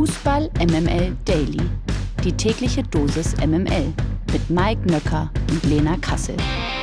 Fußball MML Daily. Die tägliche Dosis MML mit Mike Nöcker und Lena Kassel.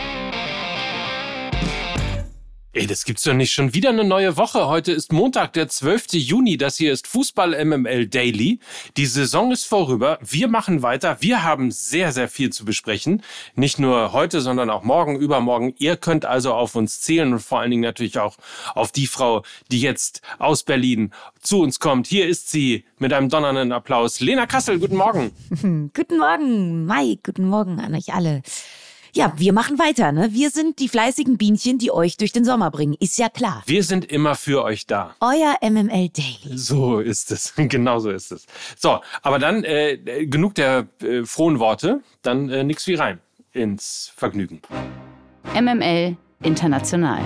Ey, das gibt's doch nicht. Schon wieder eine neue Woche. Heute ist Montag, der 12. Juni. Das hier ist Fußball MML Daily. Die Saison ist vorüber. Wir machen weiter. Wir haben sehr, sehr viel zu besprechen. Nicht nur heute, sondern auch morgen, übermorgen. Ihr könnt also auf uns zählen und vor allen Dingen natürlich auch auf die Frau, die jetzt aus Berlin zu uns kommt. Hier ist sie mit einem donnernden Applaus. Lena Kassel, guten Morgen. Guten Morgen, Mike. Guten Morgen an euch alle. Ja, wir machen weiter, ne? Wir sind die fleißigen Bienchen, die euch durch den Sommer bringen. Ist ja klar. Wir sind immer für euch da. Euer MML Daily. So ist es. Genau so ist es. So, aber dann genug der frohen Worte. Dann nix wie rein ins Vergnügen. MML International.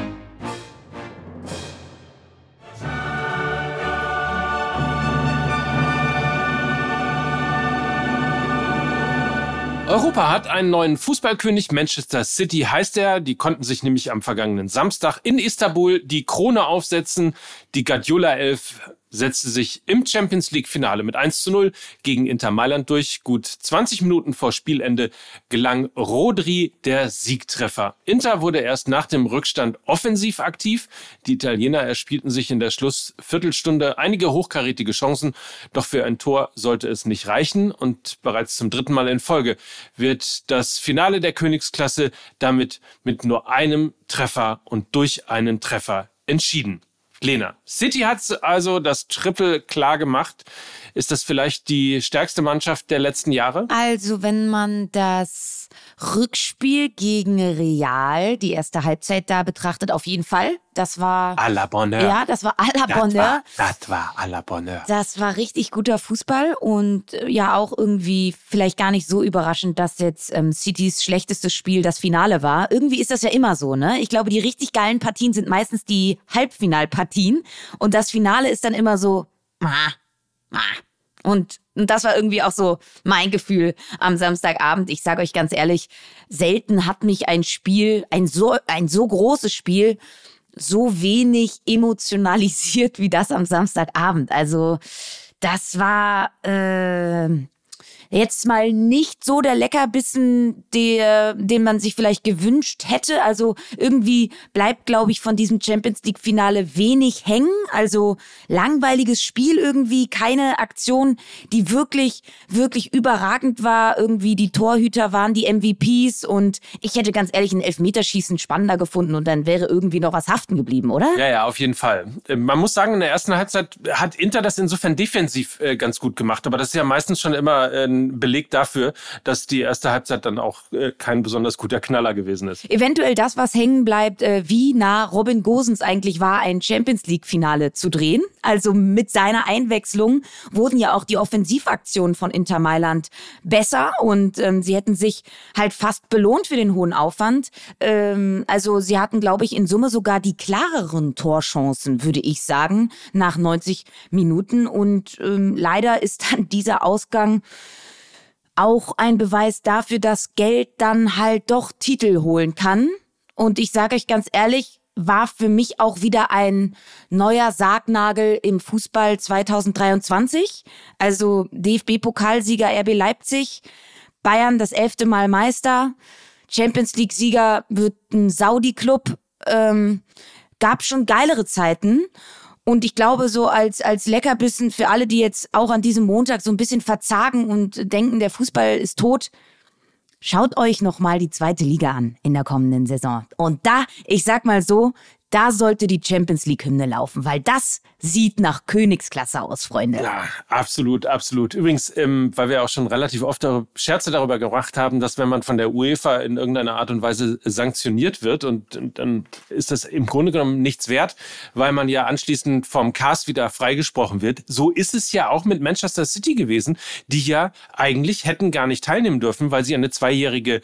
Europa hat einen neuen Fußballkönig, Manchester City heißt er. Die konnten sich nämlich am vergangenen Samstag in Istanbul die Krone aufsetzen. Die Guardiola-Elf setzte sich im Champions-League-Finale mit 1:0 gegen Inter Mailand durch. Gut 20 Minuten vor Spielende gelang Rodri der Siegtreffer. Inter wurde erst nach dem Rückstand offensiv aktiv. Die Italiener erspielten sich in der Schlussviertelstunde einige hochkarätige Chancen. Doch für ein Tor sollte es nicht reichen. Und bereits zum dritten Mal in Folge wird das Finale der Königsklasse damit mit nur einem Treffer und durch einen Treffer entschieden. Lena, City hat also das Triple klar gemacht. Ist das vielleicht die stärkste Mannschaft der letzten Jahre? Also, wenn man das Rückspiel gegen Real, die erste Halbzeit da betrachtet, auf jeden Fall. Das war... À la Bonheur. Ja, das war à la Bonheur. Das war à la Bonheur. Das war richtig guter Fußball und ja auch irgendwie vielleicht gar nicht so überraschend, dass jetzt Citys schlechtestes Spiel das Finale war. Irgendwie ist das ja immer so, ne? Ich glaube, die richtig geilen Partien sind meistens die Halbfinalpartien und das Finale ist dann immer so... Und das war irgendwie auch so mein Gefühl am Samstagabend. Ich sage euch ganz ehrlich, selten hat mich ein Spiel, ein so großes Spiel, so wenig emotionalisiert wie das am Samstagabend. Also das war jetzt mal nicht so der Leckerbissen, den man sich vielleicht gewünscht hätte. Also irgendwie bleibt, glaube ich, von diesem Champions-League-Finale wenig hängen. Also langweiliges Spiel irgendwie, keine Aktion, die wirklich, wirklich überragend war. Irgendwie die Torhüter waren die MVPs und ich hätte ganz ehrlich ein Elfmeterschießen spannender gefunden und dann wäre irgendwie noch was haften geblieben, oder? Ja, auf jeden Fall. Man muss sagen, in der ersten Halbzeit hat Inter das insofern defensiv ganz gut gemacht. Aber das ist ja meistens schon immer ein Beleg dafür, dass die erste Halbzeit dann auch kein besonders guter Knaller gewesen ist. Eventuell das, was hängen bleibt, wie nah Robin Gosens eigentlich war, ein Champions-League-Finale zu drehen. Also mit seiner Einwechslung wurden ja auch die Offensivaktionen von Inter Mailand besser und sie hätten sich halt fast belohnt für den hohen Aufwand. Also sie hatten, glaube ich, in Summe sogar die klareren Torchancen, würde ich sagen, nach 90 Minuten. Und leider ist dann dieser Ausgang auch ein Beweis dafür, dass Geld dann halt doch Titel holen kann. Und ich sage euch ganz ehrlich, war für mich auch wieder ein neuer Sargnagel im Fußball 2023. Also DFB-Pokalsieger RB Leipzig, Bayern das 11. Mal Meister, Champions-League-Sieger wird ein Saudi-Club. Gab schon geilere Zeiten. Und ich glaube, so als Leckerbissen für alle, die jetzt auch an diesem Montag so ein bisschen verzagen und denken, der Fußball ist tot, schaut euch nochmal die zweite Liga an in der kommenden Saison. Und da, ich sag mal so, da sollte die Champions-League-Hymne laufen, weil das sieht nach Königsklasse aus, Freunde. Ja, absolut, absolut. Übrigens, weil wir auch schon relativ oft Scherze darüber gemacht haben, dass wenn man von der UEFA in irgendeiner Art und Weise sanktioniert wird und dann ist das im Grunde genommen nichts wert, weil man ja anschließend vom Cast wieder freigesprochen wird. So ist es ja auch mit Manchester City gewesen, die ja eigentlich hätten gar nicht teilnehmen dürfen, weil sie eine 2-jährige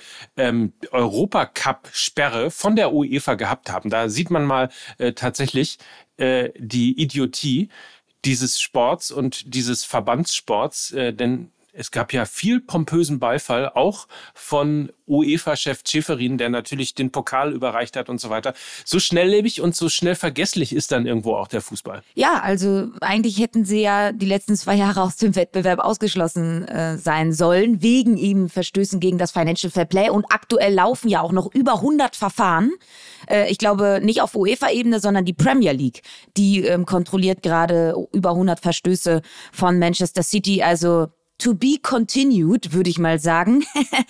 Europacup-Sperre von der UEFA gehabt haben. Da sieht man mal tatsächlich die Idiotie dieses Sports und dieses Verbandssports, denn Es gab ja viel pompösen Beifall, auch von UEFA-Chef Ceferin, der natürlich den Pokal überreicht hat und so weiter. So schnelllebig und so schnell vergesslich ist dann irgendwo auch der Fußball. Ja, also eigentlich hätten sie ja die letzten 2 Jahre aus dem Wettbewerb ausgeschlossen sein sollen, wegen eben Verstößen gegen das Financial Fair Play. Und aktuell laufen ja auch noch über 100 Verfahren. Ich glaube, nicht auf UEFA-Ebene, sondern die Premier League. Die kontrolliert gerade über 100 Verstöße von Manchester City. Also to be continued, würde ich mal sagen.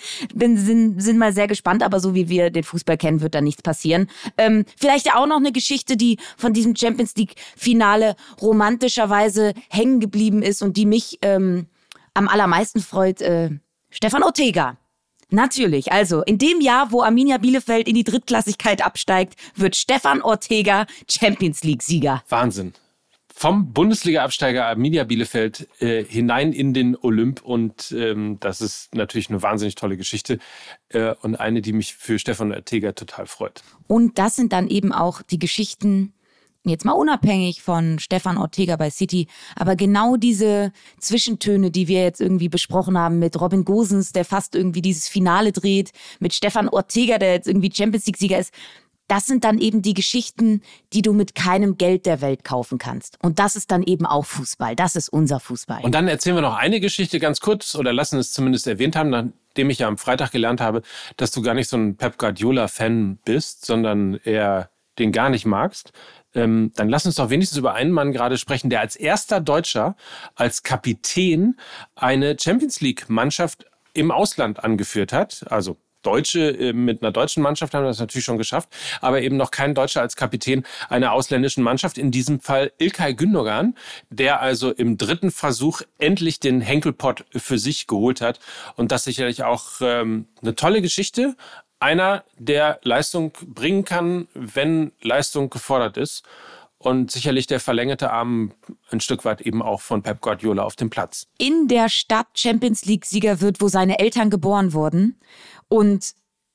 Sind mal sehr gespannt, aber so wie wir den Fußball kennen, wird da nichts passieren. Vielleicht auch noch eine Geschichte, die von diesem Champions League-Finale romantischerweise hängen geblieben ist und die mich am allermeisten freut. Stefan Ortega. Natürlich, also in dem Jahr, wo Arminia Bielefeld in die Drittklassigkeit absteigt, wird Stefan Ortega Champions League-Sieger. Wahnsinn. Vom Bundesliga-Absteiger Arminia Bielefeld hinein in den Olymp und das ist natürlich eine wahnsinnig tolle Geschichte und eine, die mich für Stefan Ortega total freut. Und das sind dann eben auch die Geschichten, jetzt mal unabhängig von Stefan Ortega bei City, aber genau diese Zwischentöne, die wir jetzt irgendwie besprochen haben mit Robin Gosens, der fast irgendwie dieses Finale dreht, mit Stefan Ortega, der jetzt irgendwie Champions League-Sieger ist, das sind dann eben die Geschichten, die du mit keinem Geld der Welt kaufen kannst. Und das ist dann eben auch Fußball. Das ist unser Fußball. Und dann erzählen wir noch eine Geschichte ganz kurz oder lassen es zumindest erwähnt haben, nachdem ich ja am Freitag gelernt habe, dass du gar nicht so ein Pep Guardiola-Fan bist, sondern eher den gar nicht magst. Dann lass uns doch wenigstens über einen Mann gerade sprechen, der als erster Deutscher, als Kapitän eine Champions-League-Mannschaft im Ausland angeführt hat. Also Deutsche mit einer deutschen Mannschaft haben das natürlich schon geschafft, aber eben noch kein Deutscher als Kapitän einer ausländischen Mannschaft. In diesem Fall İlkay Gündoğan, der also im 3. Versuch endlich den Henkelpott für sich geholt hat. Und das sicherlich auch eine tolle Geschichte. Einer, der Leistung bringen kann, wenn Leistung gefordert ist. Und sicherlich der verlängerte Arm ein Stück weit eben auch von Pep Guardiola auf dem Platz. In der Stadt Champions League-Sieger wird, wo seine Eltern geboren wurden. Und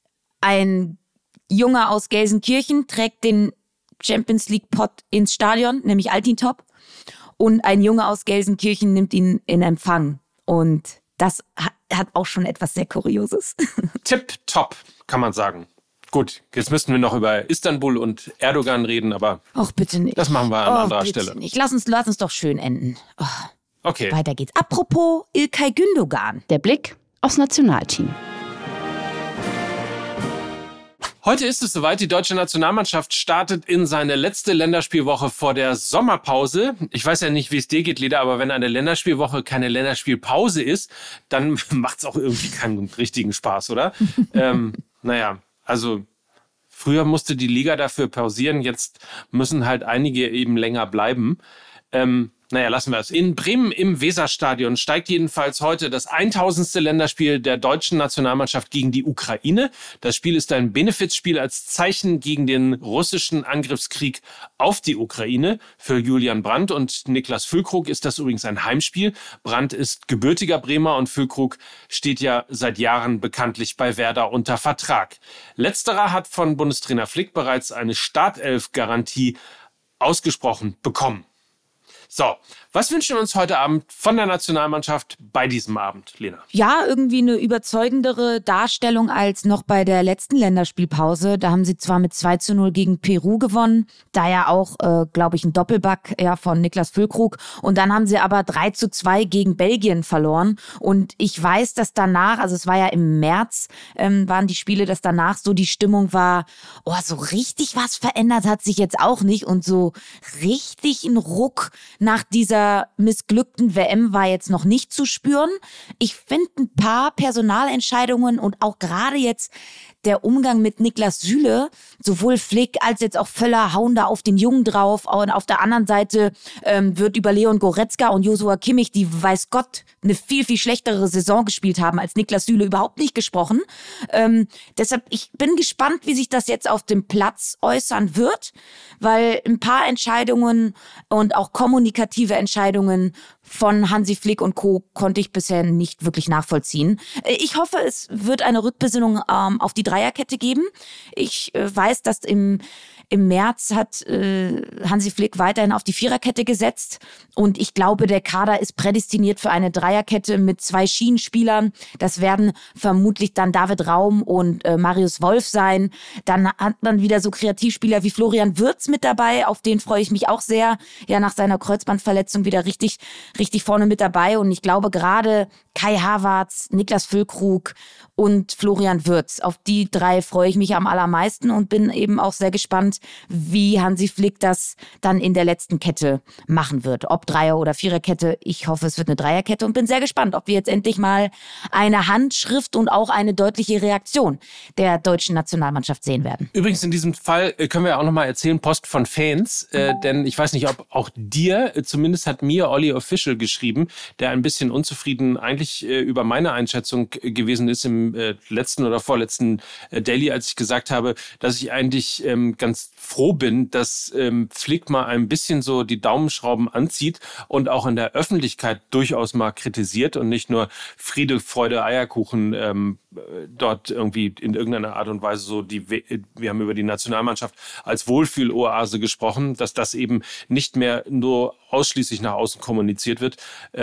ein Junge aus Gelsenkirchen trägt den Champions League-Pott ins Stadion, nämlich Altintop. Und ein Junge aus Gelsenkirchen nimmt ihn in Empfang. Und das hat auch schon etwas sehr Kurioses. Tipptopp, kann man sagen. Gut, jetzt müssten wir noch über Istanbul und Erdogan reden, aber ach, bitte nicht. Das machen wir an anderer Stelle. Nicht. Lass uns doch schön enden. Oh. Okay. Weiter geht's. Apropos İlkay Gündoğan. Der Blick aufs Nationalteam. Heute ist es soweit, die deutsche Nationalmannschaft startet in seine letzte Länderspielwoche vor der Sommerpause. Ich weiß ja nicht, wie es dir geht, Leda, aber wenn eine Länderspielwoche keine Länderspielpause ist, dann macht es auch irgendwie keinen richtigen Spaß, oder? Naja, also früher musste die Liga dafür pausieren, jetzt müssen halt einige eben länger bleiben. Naja, lassen wir es. In Bremen im Weserstadion steigt jedenfalls heute das 1000. Länderspiel der deutschen Nationalmannschaft gegen die Ukraine. Das Spiel ist ein Benefizspiel als Zeichen gegen den russischen Angriffskrieg auf die Ukraine. Für Julian Brandt und Niklas Füllkrug ist das übrigens ein Heimspiel. Brandt ist gebürtiger Bremer und Füllkrug steht ja seit Jahren bekanntlich bei Werder unter Vertrag. Letzterer hat von Bundestrainer Flick bereits eine Startelf-Garantie ausgesprochen bekommen. So, was wünschen wir uns heute Abend von der Nationalmannschaft bei diesem Abend, Lena? Ja, irgendwie eine überzeugendere Darstellung als noch bei der letzten Länderspielpause. Da haben sie zwar mit 2:0 gegen Peru gewonnen, da ja auch, glaube ich, ein Doppelback von Niklas Füllkrug. Und dann haben sie aber 3:2 gegen Belgien verloren. Und ich weiß, dass danach, also es war ja im März, waren die Spiele, dass danach so die Stimmung war, oh, so richtig was verändert hat sich jetzt auch nicht. Und so richtig ein Ruck nach dieser missglückten WM war jetzt noch nicht zu spüren. Ich finde ein paar Personalentscheidungen und auch gerade jetzt der Umgang mit Niklas Süle, sowohl Flick als jetzt auch Völler hauen da auf den Jungen drauf. Und auf der anderen Seite wird über Leon Goretzka und Joshua Kimmich, die weiß Gott eine viel, viel schlechtere Saison gespielt haben als Niklas Süle, überhaupt nicht gesprochen. Deshalb, ich bin gespannt, wie sich das jetzt auf dem Platz äußern wird, weil ein paar Entscheidungen und auch kommunikative Entscheidungen von Hansi Flick und Co. konnte ich bisher nicht wirklich nachvollziehen. Ich hoffe, es wird eine Rückbesinnung auf die Dreierkette geben. Ich weiß, dass im März hat Hansi Flick weiterhin auf die Viererkette gesetzt und ich glaube, der Kader ist prädestiniert für eine Dreierkette mit 2 Schienenspielern. Das werden vermutlich dann David Raum und Marius Wolf sein. Dann hat man wieder so Kreativspieler wie Florian Wirtz mit dabei, auf den freue ich mich auch sehr. Ja, nach seiner Kreuzbandverletzung wieder richtig vorne mit dabei und ich glaube gerade Kai Havertz, Niklas Füllkrug und Florian Wirtz. Auf die 3 freue ich mich am allermeisten und bin eben auch sehr gespannt, wie Hansi Flick das dann in der letzten Kette machen wird. Ob Dreier- oder Viererkette, ich hoffe, es wird eine Dreierkette und bin sehr gespannt, ob wir jetzt endlich mal eine Handschrift und auch eine deutliche Reaktion der deutschen Nationalmannschaft sehen werden. Übrigens in diesem Fall können wir auch nochmal erzählen, Post von Fans, denn ich weiß nicht, ob auch dir, zumindest hat mir Olli Official geschrieben, der ein bisschen unzufrieden eigentlich über meine Einschätzung gewesen ist im letzten oder vorletzten Daily, als ich gesagt habe, dass ich eigentlich ganz froh bin, dass Flick mal ein bisschen so die Daumenschrauben anzieht und auch in der Öffentlichkeit durchaus mal kritisiert und nicht nur Friede, Freude, Eierkuchen dort irgendwie in irgendeiner Art und Weise so, wir haben über die Nationalmannschaft als Wohlfühloase gesprochen, dass das eben nicht mehr nur ausschließlich nach außen kommuniziert wird.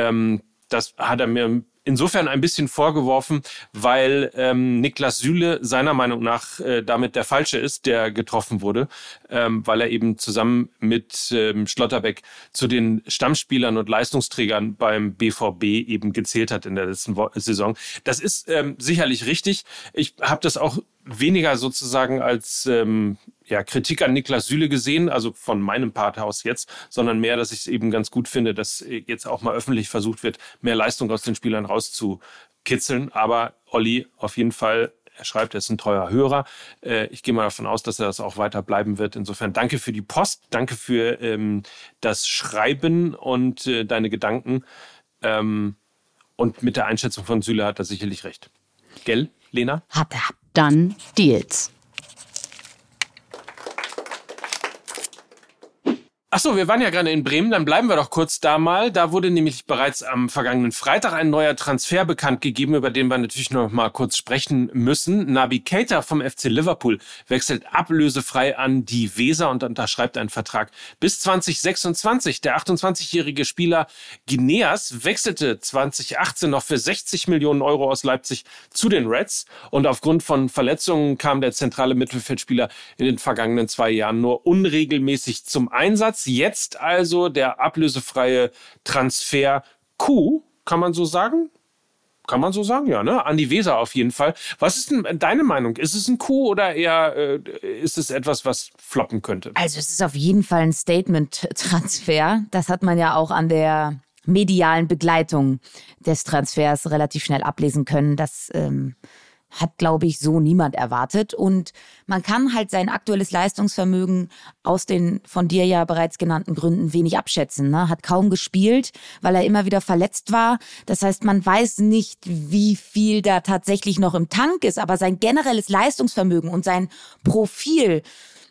Das hat er mir insofern ein bisschen vorgeworfen, weil Niklas Süle seiner Meinung nach damit der Falsche ist, der getroffen wurde, weil er eben zusammen mit Schlotterbeck zu den Stammspielern und Leistungsträgern beim BVB eben gezählt hat in der letzten Saison. Das ist sicherlich richtig. Ich habe das auch weniger sozusagen als Kritik an Niklas Süle gesehen, also von meinem Part aus jetzt, sondern mehr, dass ich es eben ganz gut finde, dass jetzt auch mal öffentlich versucht wird, mehr Leistung aus den Spielern rauszukitzeln. Aber Olli, auf jeden Fall, er schreibt, er ist ein treuer Hörer. Ich gehe mal davon aus, dass er das auch weiter bleiben wird. Insofern danke für die Post, danke für das Schreiben und deine Gedanken. Und mit der Einschätzung von Süle hat er sicherlich recht. Gell, Lena? Hat er. Dann Deals. Achso, wir waren ja gerade in Bremen, dann bleiben wir doch kurz da mal. Da wurde nämlich bereits am vergangenen Freitag ein neuer Transfer bekannt gegeben, über den wir natürlich noch mal kurz sprechen müssen. Naby Keita vom FC Liverpool wechselt ablösefrei an die Weser und unterschreibt einen Vertrag bis 2026. Der 28-jährige Spieler Guineas wechselte 2018 noch für 60 Millionen Euro aus Leipzig zu den Reds und aufgrund von Verletzungen kam der zentrale Mittelfeldspieler in den vergangenen 2 Jahren nur unregelmäßig zum Einsatz. Jetzt also der ablösefreie Transfer Q, kann man so sagen? Kann man so sagen, ja, ne? An die Weser auf jeden Fall. Was ist denn deine Meinung? Ist es ein Q oder eher ist es etwas, was floppen könnte? Also es ist auf jeden Fall ein Statement-Transfer. Das hat man ja auch an der medialen Begleitung des Transfers relativ schnell ablesen können. Das hat, glaube ich, so niemand erwartet. Und man kann halt sein aktuelles Leistungsvermögen aus den von dir ja bereits genannten Gründen wenig abschätzen. Ne? Hat kaum gespielt, weil er immer wieder verletzt war. Das heißt, man weiß nicht, wie viel da tatsächlich noch im Tank ist. Aber sein generelles Leistungsvermögen und sein Profil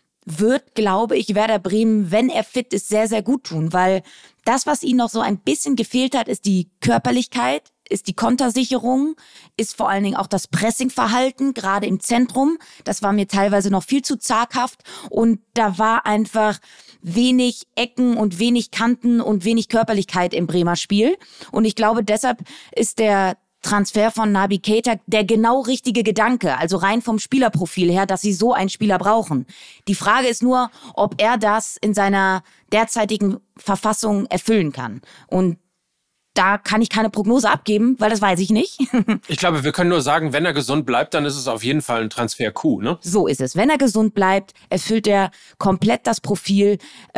wird, glaube ich, Werder Bremen, wenn er fit ist, sehr, sehr gut tun. Weil das, was ihm noch so ein bisschen gefehlt hat, ist die Körperlichkeit, ist die Kontersicherung, ist vor allen Dingen auch das Pressingverhalten, gerade im Zentrum. Das war mir teilweise noch viel zu zaghaft und da war einfach wenig Ecken und wenig Kanten und wenig Körperlichkeit im Bremer Spiel. Und ich glaube, deshalb ist der Transfer von Naby Keita der genau richtige Gedanke, also rein vom Spielerprofil her, dass sie so einen Spieler brauchen. Die Frage ist nur, ob er das in seiner derzeitigen Verfassung erfüllen kann. Und da kann ich keine Prognose abgeben, weil das weiß ich nicht. Ich glaube, wir können nur sagen, wenn er gesund bleibt, dann ist es auf jeden Fall ein Transfer Q, ne? So ist es. Wenn er gesund bleibt, erfüllt er komplett das Profil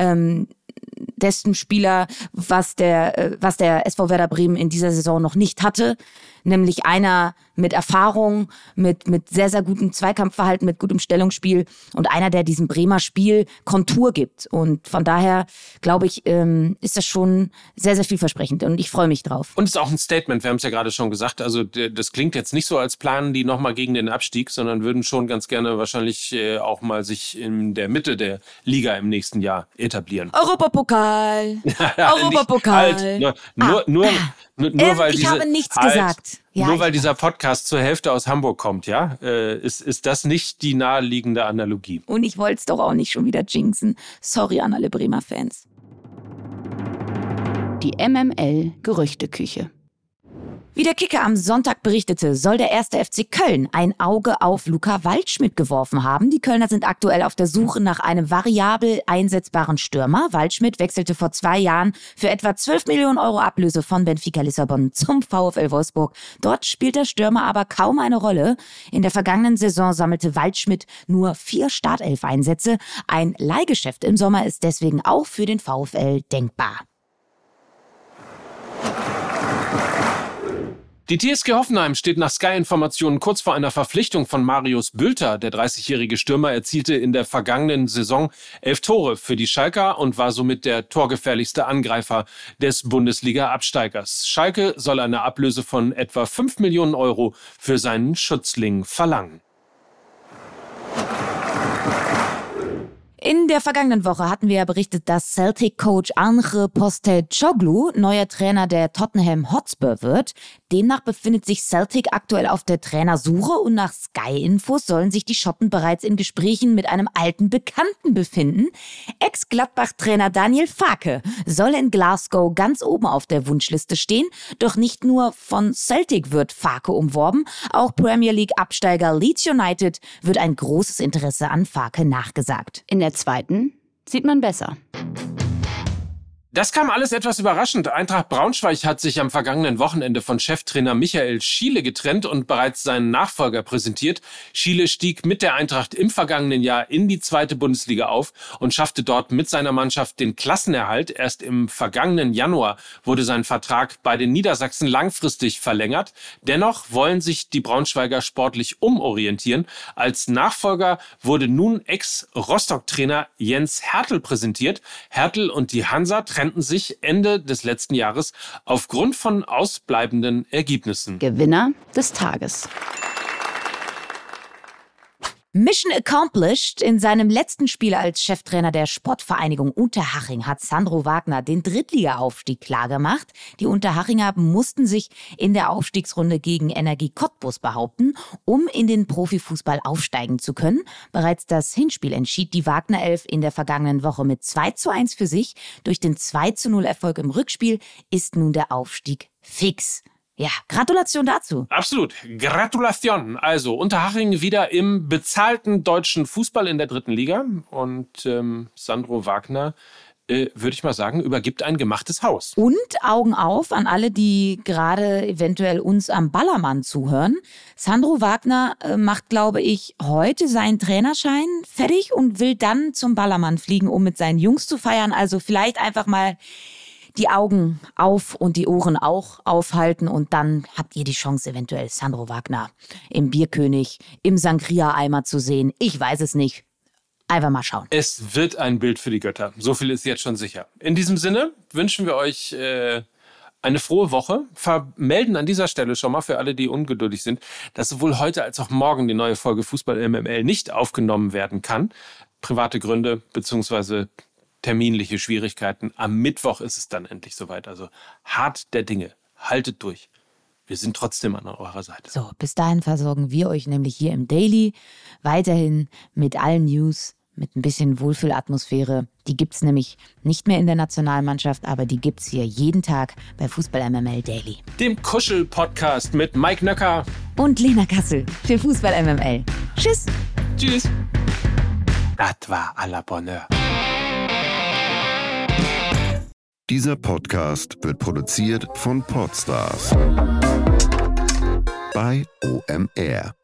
dessen Spieler, was der SV Werder Bremen in dieser Saison noch nicht hatte. Nämlich einer mit Erfahrung, mit sehr, sehr gutem Zweikampfverhalten, mit gutem Stellungsspiel und einer, der diesem Bremer Spiel Kontur gibt. Und von daher, glaube ich, ist das schon sehr, sehr vielversprechend und ich freue mich drauf. Und es ist auch ein Statement, wir haben es ja gerade schon gesagt, also das klingt jetzt nicht so, als planen die nochmal gegen den Abstieg, sondern würden schon ganz gerne wahrscheinlich auch mal sich in der Mitte der Liga im nächsten Jahr etablieren. Europapokal! Europapokal! Nur weil ich habe nichts gesagt. weiß. Ja, Nur weil dieser Podcast zur Hälfte aus Hamburg kommt, ja, ist das nicht die naheliegende Analogie. Und ich wollte es doch auch nicht schon wieder jinxen. Sorry an alle Bremer Fans. Die MML-Gerüchteküche. Wie der Kicker am Sonntag berichtete, soll der 1. FC Köln ein Auge auf Luca Waldschmidt geworfen haben. Die Kölner sind aktuell auf der Suche nach einem variabel einsetzbaren Stürmer. Waldschmidt wechselte vor 2 Jahren für etwa 12 Millionen Euro Ablöse von Benfica Lissabon zum VfL Wolfsburg. Dort spielt der Stürmer aber kaum eine Rolle. In der vergangenen Saison sammelte Waldschmidt nur 4 Startelf-Einsätze. Ein Leihgeschäft im Sommer ist deswegen auch für den VfL denkbar. Die TSG Hoffenheim steht nach Sky-Informationen kurz vor einer Verpflichtung von Marius Bülter. Der 30-jährige Stürmer erzielte in der vergangenen Saison 11 Tore für die Schalker und war somit der torgefährlichste Angreifer des Bundesliga-Absteigers. Schalke soll eine Ablöse von etwa 5 Millionen Euro für seinen Schützling verlangen. In der vergangenen Woche hatten wir ja berichtet, dass Celtic-Coach Ange Postecoglou neuer Trainer der Tottenham Hotspur wird. Demnach befindet sich Celtic aktuell auf der Trainersuche und nach Sky-Infos sollen sich die Schotten bereits in Gesprächen mit einem alten Bekannten befinden. Ex-Gladbach-Trainer Daniel Farke soll in Glasgow ganz oben auf der Wunschliste stehen. Doch nicht nur von Celtic wird Farke umworben, auch Premier League-Absteiger Leeds United wird ein großes Interesse an Farke nachgesagt. In der zweiten sieht man besser. Das kam alles etwas überraschend. Eintracht Braunschweig hat sich am vergangenen Wochenende von Cheftrainer Michael Schiele getrennt und bereits seinen Nachfolger präsentiert. Schiele stieg mit der Eintracht im vergangenen Jahr in die 2. Bundesliga auf und schaffte dort mit seiner Mannschaft den Klassenerhalt. Erst im vergangenen Januar wurde sein Vertrag bei den Niedersachsen langfristig verlängert. Dennoch wollen sich die Braunschweiger sportlich umorientieren. Als Nachfolger wurde nun Ex-Rostock-Trainer Jens Hertel präsentiert. Hertel und die Hansa trennten sich Ende des letzten Jahres aufgrund von ausbleibenden Ergebnissen. Gewinner des Tages. Mission accomplished. In seinem letzten Spiel als Cheftrainer der Sportvereinigung Unterhaching hat Sandro Wagner den Drittliga-Aufstieg klargemacht. Die Unterhachinger mussten sich in der Aufstiegsrunde gegen Energie Cottbus behaupten, um in den Profifußball aufsteigen zu können. Bereits das Hinspiel entschied die Wagner-Elf in der vergangenen Woche mit 2:1 für sich. Durch den 2:0-Erfolg im Rückspiel ist nun der Aufstieg fix. Ja, Gratulation dazu. Absolut. Gratulation. Also Unterhaching wieder im bezahlten deutschen Fußball in der 3. Liga. Und Sandro Wagner, würde ich mal sagen, übergibt ein gemachtes Haus. Und Augen auf an alle, die gerade eventuell uns am Ballermann zuhören. Sandro Wagner macht, glaube ich, heute seinen Trainerschein fertig und will dann zum Ballermann fliegen, um mit seinen Jungs zu feiern. Also vielleicht einfach mal die Augen auf und die Ohren auch aufhalten und dann habt ihr die Chance, eventuell Sandro Wagner im Bierkönig, im Sangria-Eimer zu sehen. Ich weiß es nicht. Einfach mal schauen. Es wird ein Bild für die Götter. So viel ist jetzt schon sicher. In diesem Sinne wünschen wir euch eine frohe Woche. Vermelden an dieser Stelle schon mal für alle, die ungeduldig sind, dass sowohl heute als auch morgen die neue Folge Fußball MML nicht aufgenommen werden kann. Private Gründe bzw. terminliche Schwierigkeiten. Am Mittwoch ist es dann endlich soweit. Also hart der Dinge. Haltet durch. Wir sind trotzdem an eurer Seite. So, bis dahin versorgen wir euch nämlich hier im Daily weiterhin mit allen News, mit ein bisschen Wohlfühlatmosphäre. Die gibt's nämlich nicht mehr in der Nationalmannschaft, aber die gibt's hier jeden Tag bei Fußball MML Daily. Dem Kuschel-Podcast mit Mike Nöcker und Lena Kassel für Fußball MML. Tschüss. Tschüss. Das war à la Bonheur. Dieser Podcast wird produziert von Podstars bei OMR.